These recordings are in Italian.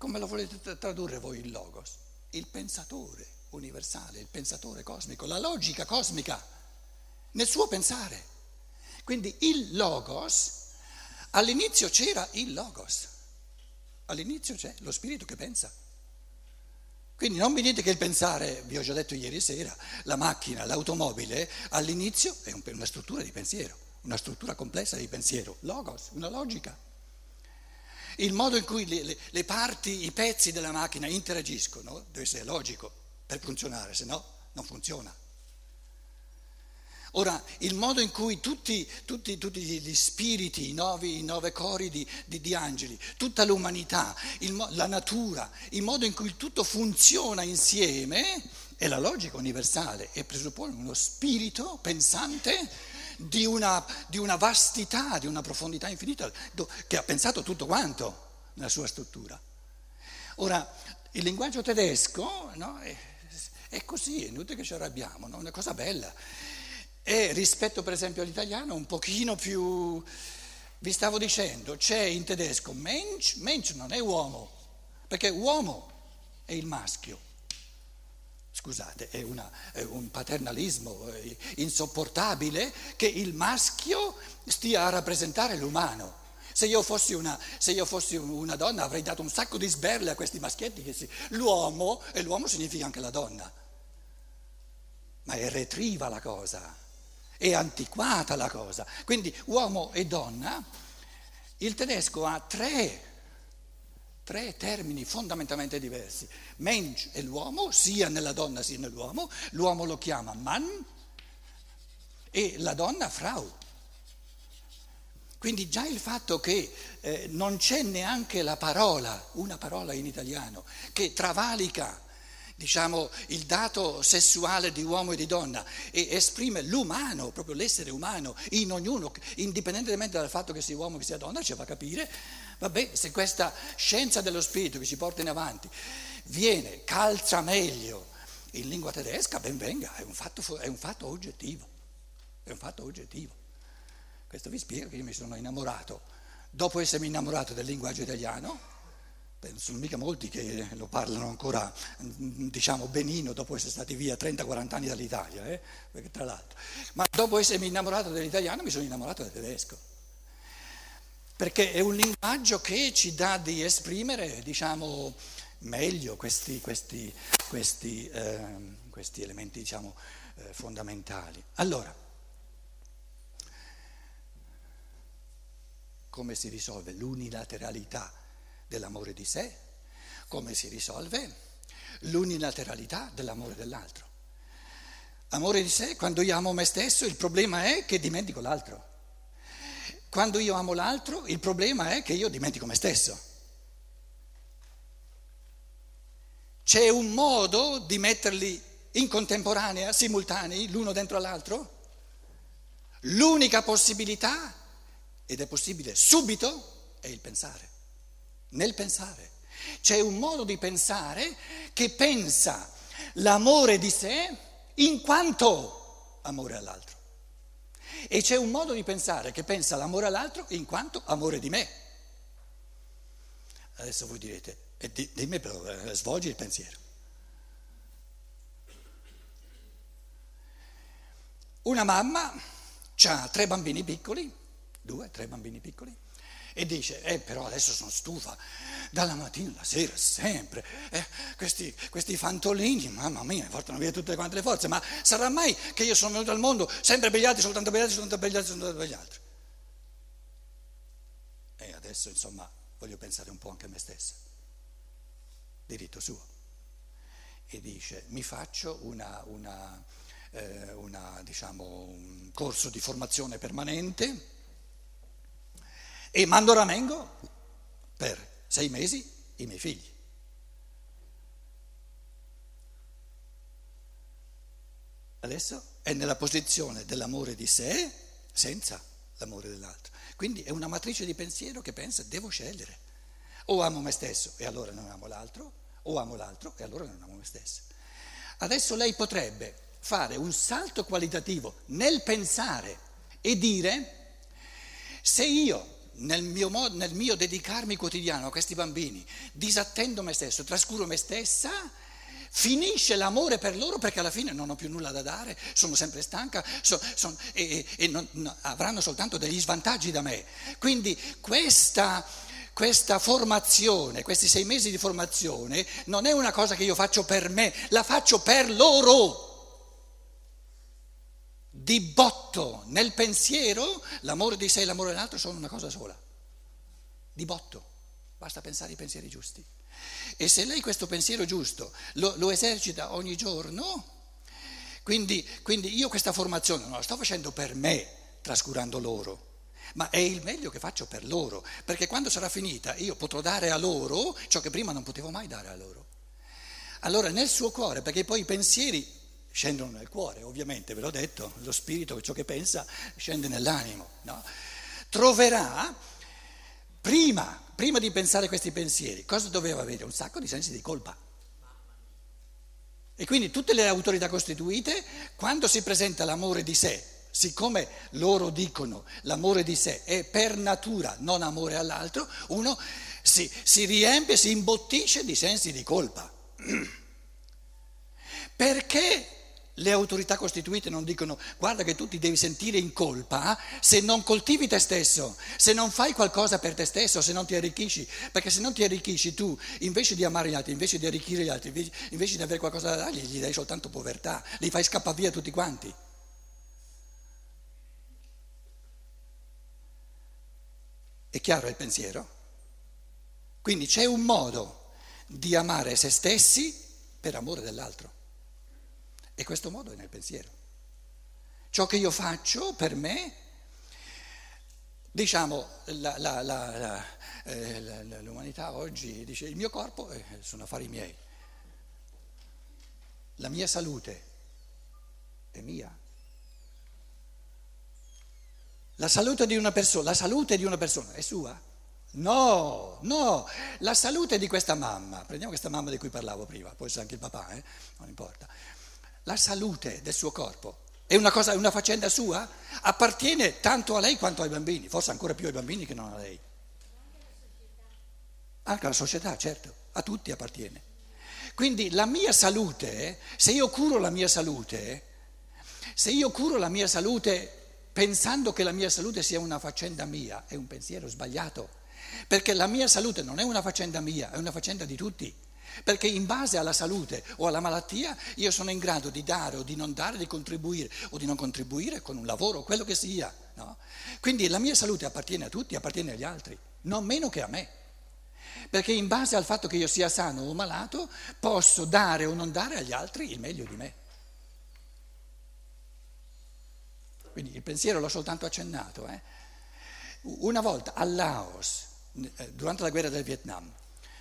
come lo volete tradurre voi il logos? Il pensatore universale, il pensatore cosmico, la logica cosmica nel suo pensare. Quindi il logos, all'inizio c'era il logos, all'inizio c'è lo spirito che pensa. Quindi non mi dite che il pensare, vi ho già detto ieri sera, la macchina, l'automobile, all'inizio è una struttura di pensiero, una struttura complessa di pensiero, logos, una logica. Il modo in cui le parti, i pezzi della macchina interagiscono deve essere logico per funzionare, se no non funziona. Ora, il modo in cui tutti gli spiriti, i nove cori di angeli, tutta l'umanità, la natura, il modo in cui tutto funziona insieme è la logica universale e presuppone uno spirito pensante di una vastità, di una profondità infinita, che ha pensato tutto quanto nella sua struttura. Ora, il linguaggio tedesco, no, è così, è inutile che ci arrabbiamo, no? È una cosa bella. E rispetto per esempio all'italiano un pochino più, vi stavo dicendo, c'è in tedesco Mensch non è uomo, perché uomo è il maschio. Scusate, è un paternalismo insopportabile che il maschio stia a rappresentare l'umano. Se io fossi una donna avrei dato un sacco di sberle a questi maschietti, l'uomo, e l'uomo significa anche la donna, ma è retriva la cosa. È antiquata la cosa, quindi uomo e donna, il tedesco ha tre termini fondamentalmente diversi. Mensch è l'uomo, sia nella donna sia nell'uomo, l'uomo lo chiama Mann e la donna Frau. Quindi già il fatto che non c'è neanche una parola in italiano che travalica, diciamo, il dato sessuale di uomo e di donna e esprime l'umano, proprio l'essere umano in ognuno, indipendentemente dal fatto che sia uomo o che sia donna, ci fa capire, vabbè, se questa scienza dello spirito che ci porta in avanti calza meglio in lingua tedesca, ben venga, è un fatto oggettivo, è un fatto oggettivo. Questo vi spiega che io mi sono innamorato, dopo essermi innamorato del linguaggio italiano. Non sono mica molti che lo parlano ancora, diciamo, benino dopo essere stati via 30-40 anni dall'Italia, perché tra l'altro. Ma dopo essermi innamorato dell'italiano mi sono innamorato del tedesco, perché è un linguaggio che ci dà di esprimere, diciamo, meglio questi elementi, diciamo, fondamentali. Allora, come si risolve l'unilateralità dell'amore di sé, come si risolve l'unilateralità dell'amore dell'altro? Amore di sé, quando io amo me stesso, il problema è che dimentico l'altro. Quando io amo l'altro, il problema è che io dimentico me stesso. C'è un modo di metterli in contemporanea, simultanei, l'uno dentro l'altro? L'unica possibilità, ed è possibile subito, è il pensare. Nel pensare c'è un modo di pensare che pensa l'amore di sé in quanto amore all'altro e c'è un modo di pensare che pensa l'amore all'altro in quanto amore di me. Adesso voi direte, dimmi però, svolgi il pensiero. Una mamma ha 3 bambini piccoli, 2-3 bambini piccoli, e dice, però adesso sono stufa, dalla mattina alla sera, sempre, questi fantolini, mamma mia, mi portano via tutte quante le forze, ma sarà mai che io sono venuto al mondo sempre per gli altri, soltanto per gli altri, soltanto per gli altri, soltanto per gli altri? E adesso, insomma, voglio pensare un po' anche a me stessa, diritto suo. E dice, mi faccio diciamo, un corso di formazione permanente e mando ramengo per 6 mesi i miei figli. Adesso è nella posizione dell'amore di sé senza l'amore dell'altro. Quindi è una matrice di pensiero che pensa, devo scegliere. O amo me stesso e allora non amo l'altro, o amo l'altro e allora non amo me stesso. Adesso lei potrebbe fare un salto qualitativo nel pensare e dire, se io nel mio dedicarmi quotidiano a questi bambini, disattendo me stesso, trascuro me stessa, finisce l'amore per loro perché alla fine non ho più nulla da dare, sono sempre stanca avranno soltanto degli svantaggi da me. Quindi questa formazione, questi 6 mesi di formazione non è una cosa che io faccio per me, la faccio per loro. Di botto, nel pensiero, l'amore di sé e l'amore dell'altro sono una cosa sola. Di botto, basta pensare ai pensieri giusti. E se lei questo pensiero giusto lo esercita ogni giorno, quindi io questa formazione non la sto facendo per me, trascurando loro, ma è il meglio che faccio per loro, perché quando sarà finita io potrò dare a loro ciò che prima non potevo mai dare a loro. Allora nel suo cuore, perché poi i pensieri scendono nel cuore, ovviamente, ve l'ho detto, lo spirito, ciò che pensa, scende nell'animo, no? Troverà, prima di pensare questi pensieri, cosa doveva avere? Un sacco di sensi di colpa. E quindi tutte le autorità costituite, quando si presenta l'amore di sé, siccome loro dicono l'amore di sé è per natura non amore all'altro, uno si riempie, si imbottisce di sensi di colpa. Perché le autorità costituite non dicono guarda che tu ti devi sentire in colpa se non coltivi te stesso, se non fai qualcosa per te stesso, se non ti arricchisci, perché se non ti arricchisci tu invece di amare gli altri, invece di arricchire gli altri, invece di avere qualcosa da dargli, gli dai soltanto povertà, li fai scappare via tutti quanti. È chiaro il pensiero? Quindi c'è un modo di amare se stessi per amore dell'altro. E questo modo è nel pensiero. Ciò che io faccio per me, diciamo, l'umanità oggi dice il mio corpo sono affari miei, la mia salute è mia. La salute di una persona è sua? No, la salute di questa mamma, prendiamo questa mamma di cui parlavo prima, può essere anche il papà, non importa. La salute del suo corpo è una faccenda sua? Appartiene tanto a lei quanto ai bambini, forse ancora più ai bambini che non a lei. Anche alla società, certo, a tutti appartiene. Quindi la mia salute, se io curo la mia salute pensando che la mia salute sia una faccenda mia, è un pensiero sbagliato, perché la mia salute non è una faccenda mia, è una faccenda di tutti. Perché in base alla salute o alla malattia io sono in grado di dare o di non dare, di contribuire o di non contribuire con un lavoro, quello che sia, no? Quindi la mia salute appartiene a tutti, appartiene agli altri, non meno che a me. Perché in base al fatto che io sia sano o malato posso dare o non dare agli altri il meglio di me. Quindi il pensiero l'ho soltanto accennato. Una volta al Laos, durante la guerra del Vietnam,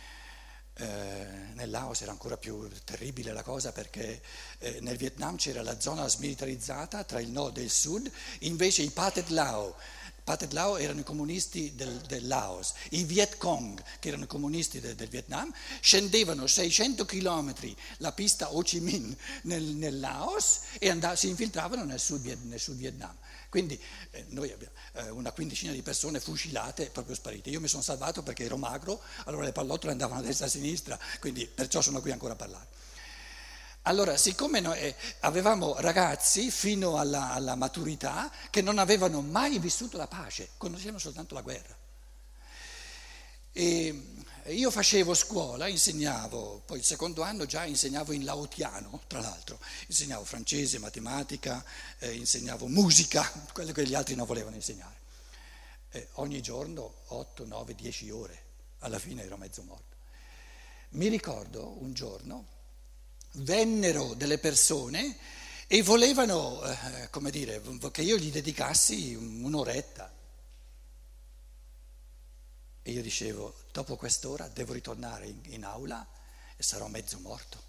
nel Laos era ancora più terribile la cosa perché nel Vietnam c'era la zona smilitarizzata tra il nord e il sud, invece i Pathet Lao erano i comunisti del Laos, i Viet Cong, che erano i comunisti del Vietnam, scendevano 600 chilometri la pista Ho Chi Minh nel Laos e si infiltravano nel sud Vietnam. Quindi noi abbiamo una quindicina di persone fucilate, proprio sparite. Io mi sono salvato perché ero magro, allora le pallottole andavano a destra e a sinistra, quindi perciò sono qui ancora a parlare. Allora, siccome noi avevamo ragazzi fino alla maturità che non avevano mai vissuto la pace, conoscevano soltanto la guerra. E io facevo scuola, insegnavo, poi il secondo anno già insegnavo in laotiano, tra l'altro, insegnavo francese, matematica, insegnavo musica, quello che gli altri non volevano insegnare. Ogni giorno 8, 9, 10 ore, alla fine ero mezzo morto. Mi ricordo un giorno vennero delle persone e volevano, che io gli dedicassi un'oretta. E io dicevo, dopo quest'ora devo ritornare in aula e sarò mezzo morto.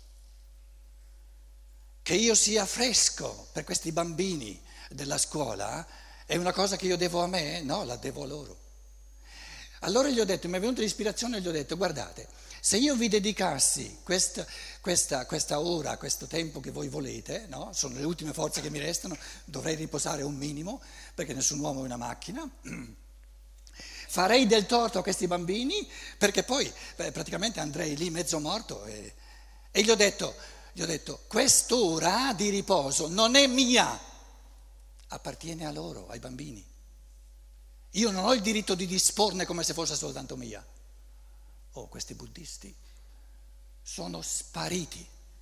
Che io sia fresco per questi bambini della scuola è una cosa che io devo a me? No, la devo a loro. Allora gli ho detto, mi è venuta l'ispirazione e gli ho detto, guardate, se io vi dedicassi questa ora, questo tempo che voi volete, no? Sono le ultime forze che mi restano, dovrei riposare un minimo, perché nessun uomo è una macchina. farei del torto a questi bambini perché poi praticamente andrei lì mezzo morto e gli ho detto, quest'ora di riposo non è mia, appartiene a loro, ai bambini. Io non ho il diritto di disporne come se fosse soltanto mia. Oh, questi buddisti sono spariti.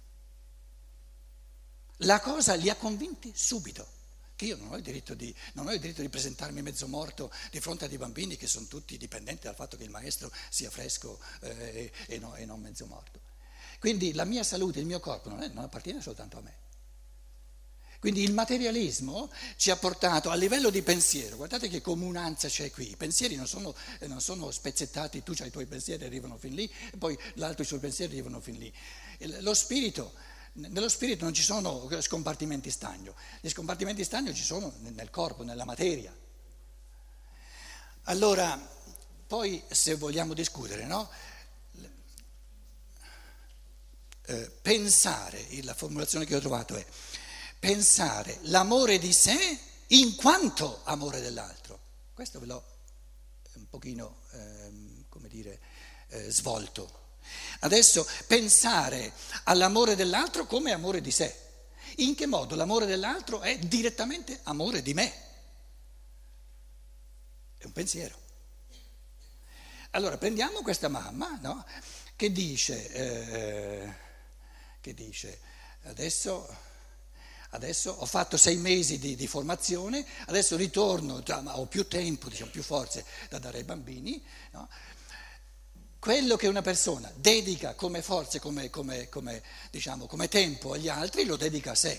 La cosa li ha convinti subito, che io non ho il diritto di presentarmi mezzo morto di fronte a dei bambini che sono tutti dipendenti dal fatto che il maestro sia fresco e non mezzo morto. Quindi la mia salute, il mio corpo non appartiene soltanto a me. Quindi il materialismo ci ha portato a livello di pensiero, guardate che comunanza c'è qui, i pensieri non sono spezzettati, tu hai i tuoi pensieri e arrivano fin lì, e poi l'altro i suoi pensieri arrivano fin lì. Nello spirito non ci sono scompartimenti stagno, gli scompartimenti stagno ci sono nel corpo, nella materia. Allora, poi se vogliamo discutere, no? Pensare, la formulazione che ho trovato è pensare l'amore di sé in quanto amore dell'altro. Questo ve l'ho un pochino, svolto. Adesso pensare all'amore dell'altro come amore di sé. In che modo l'amore dell'altro è direttamente amore di me? È un pensiero. Allora prendiamo questa mamma, no? Che dice adesso ho fatto 6 mesi di formazione, adesso ritorno, ho più tempo, diciamo, più forze da dare ai bambini, no? Quello che una persona dedica come forze, come tempo agli altri, lo dedica a sé.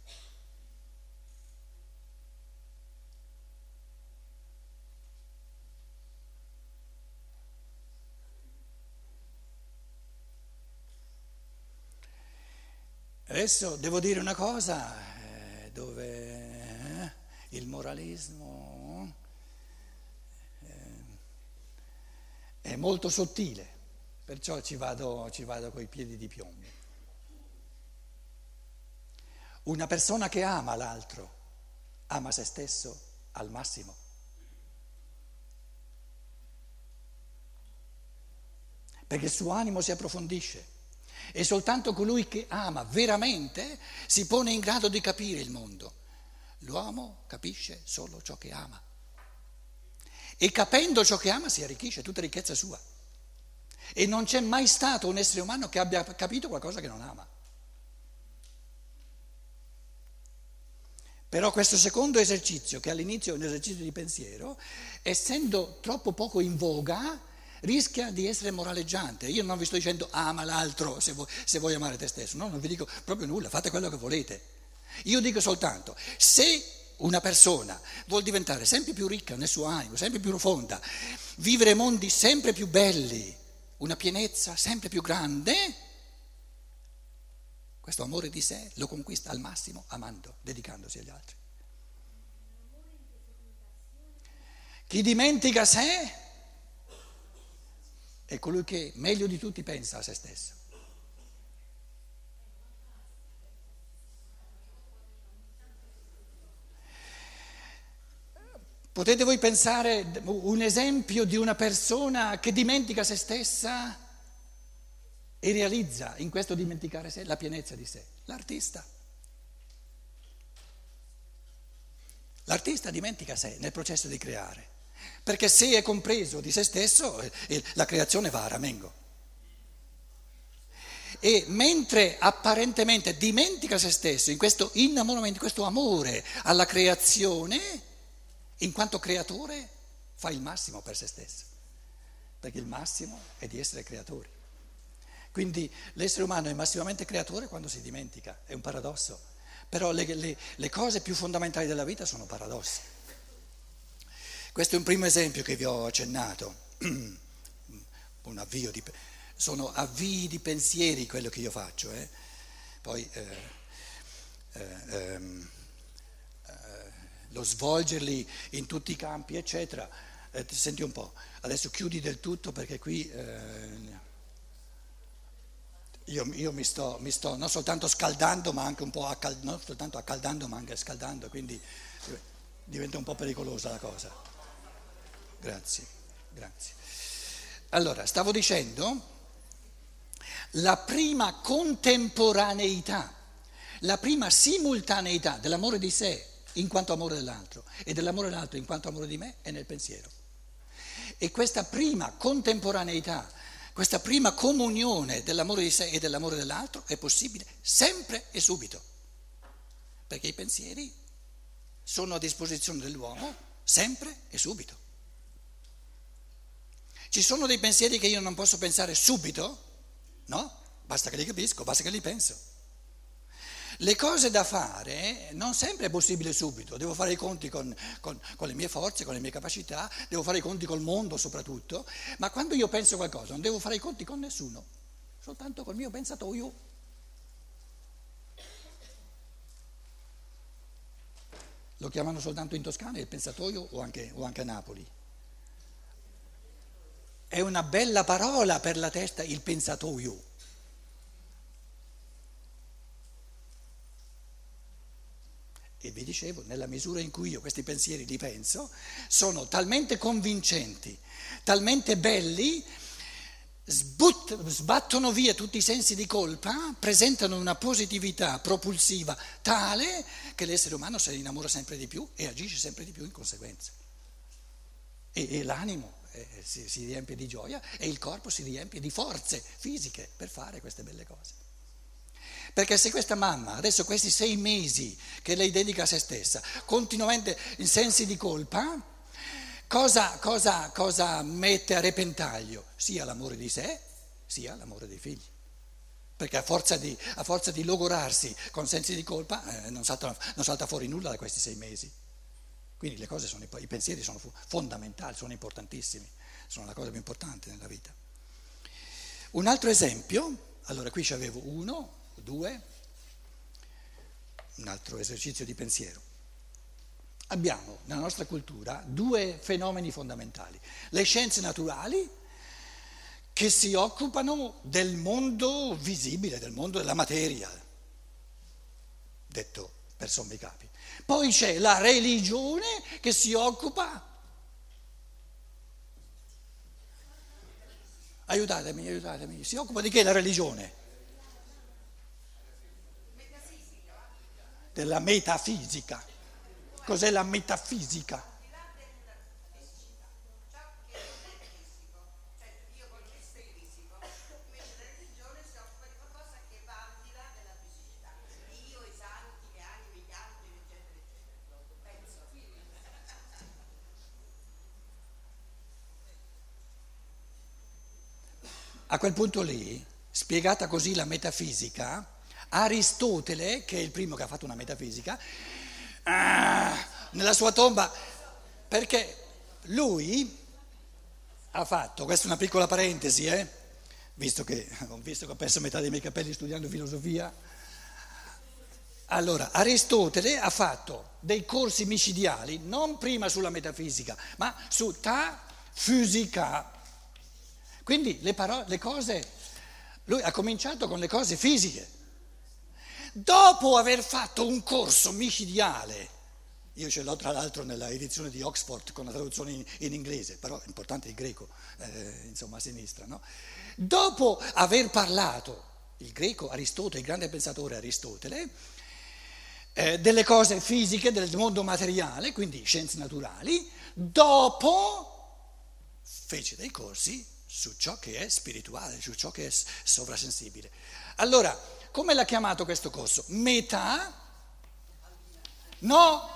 Adesso devo dire una cosa dove il moralismo è molto sottile, perciò ci vado coi piedi di piombo. Una persona che ama l'altro, ama se stesso al massimo. Perché il suo animo si approfondisce. E soltanto colui che ama veramente si pone in grado di capire il mondo. L'uomo capisce solo ciò che ama. E capendo ciò che ama si arricchisce, tutta ricchezza sua. E non c'è mai stato un essere umano che abbia capito qualcosa che non ama. Però questo secondo esercizio, che all'inizio è un esercizio di pensiero, essendo troppo poco in voga, rischia di essere moraleggiante. Io non vi sto dicendo ama l'altro se vuoi amare te stesso, no, non vi dico proprio nulla, fate quello che volete. Io dico soltanto, se una persona vuol diventare sempre più ricca nel suo animo, sempre più profonda, vivere mondi sempre più belli, una pienezza sempre più grande, questo amore di sé lo conquista al massimo amando, dedicandosi agli altri. Chi dimentica sé è colui che meglio di tutti pensa a se stesso. Potete voi pensare un esempio di una persona che dimentica se stessa e realizza in questo dimenticare sé la pienezza di sé? L'artista. L'artista dimentica sé nel processo di creare. Perché se è compreso di se stesso, la creazione va a ramengo. E mentre apparentemente dimentica se stesso in questo innamoramento, in questo amore alla creazione, in quanto creatore fa il massimo per se stesso. Perché il massimo è di essere creatori. Quindi l'essere umano è massimamente creatore quando si dimentica, è un paradosso. Però le cose più fondamentali della vita sono paradossi. Questo è un primo esempio che vi ho accennato, sono avvii di pensieri quello che io faccio, Poi lo svolgerli in tutti i campi, eccetera. Senti un po', adesso chiudi del tutto perché qui io mi sto non soltanto scaldando, ma anche un po' non soltanto accaldando, ma anche scaldando, quindi diventa un po' pericolosa la cosa. Grazie. Grazie. Allora, stavo dicendo, la prima contemporaneità, la prima simultaneità dell'amore di sé in quanto amore dell'altro e dell'amore dell'altro in quanto amore di me è nel pensiero. E questa prima contemporaneità, questa prima comunione dell'amore di sé e dell'amore dell'altro è possibile sempre e subito, perché i pensieri sono a disposizione dell'uomo sempre e subito. Ci sono dei pensieri che io non posso pensare subito? No, basta che li capisco, basta che li penso. Le cose da fare non sempre è possibile subito, devo fare i conti con le mie forze, con le mie capacità, devo fare i conti col mondo soprattutto, ma quando io penso qualcosa non devo fare i conti con nessuno, soltanto col mio pensatoio. Lo chiamano soltanto in Toscana il pensatoio o anche a Napoli. È una bella parola per la testa, il pensatoio. E vi dicevo, nella misura in cui io questi pensieri li penso, sono talmente convincenti, talmente belli, sbattono via tutti i sensi di colpa, presentano una positività propulsiva tale che l'essere umano se ne innamora sempre di più e agisce sempre di più in conseguenza. E l'animo si riempie di gioia e il corpo si riempie di forze fisiche per fare queste belle cose. Perché se questa mamma, adesso questi 6 mesi che lei dedica a se stessa, continuamente in sensi di colpa, cosa mette a repentaglio? Sia l'amore di sé, sia l'amore dei figli. Perché a forza di logorarsi con sensi di colpa non salta fuori nulla da questi 6 mesi. Quindi le cose i pensieri sono fondamentali, sono importantissimi, sono la cosa più importante nella vita. Un altro esempio, allora qui c'avevo 1, 2, un altro esercizio di pensiero. Abbiamo nella nostra cultura 2 fenomeni fondamentali, le scienze naturali che si occupano del mondo visibile, del mondo della materia, detto per sommi capi. Poi c'è la religione che si occupa, aiutatemi, si occupa di che la religione? Della metafisica. Cos'è la metafisica? A quel punto lì, spiegata così la metafisica, Aristotele, che è il primo che ha fatto una metafisica, nella sua tomba, perché lui ha fatto, questa è una piccola parentesi, visto che ho perso metà dei miei capelli studiando filosofia, allora Aristotele ha fatto dei corsi micidiali, non prima sulla metafisica, ma su ta fisica. Quindi le cose, lui ha cominciato con le cose fisiche. Dopo aver fatto un corso micidiale, io ce l'ho tra l'altro nella edizione di Oxford con la traduzione in inglese, però è importante il greco, insomma a sinistra, no? Dopo aver parlato, il greco Aristotele, il grande pensatore Aristotele, delle cose fisiche, del mondo materiale, quindi scienze naturali, dopo fece dei corsi su ciò che è spirituale, su ciò che è sovrasensibile. Allora, come l'ha chiamato questo corso? No,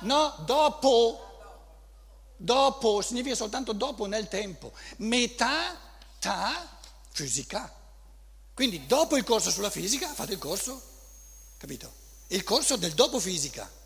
dopo, significa soltanto dopo nel tempo. Fisica. Quindi dopo il corso sulla fisica ha fatto il corso, capito? Il corso del dopo fisica.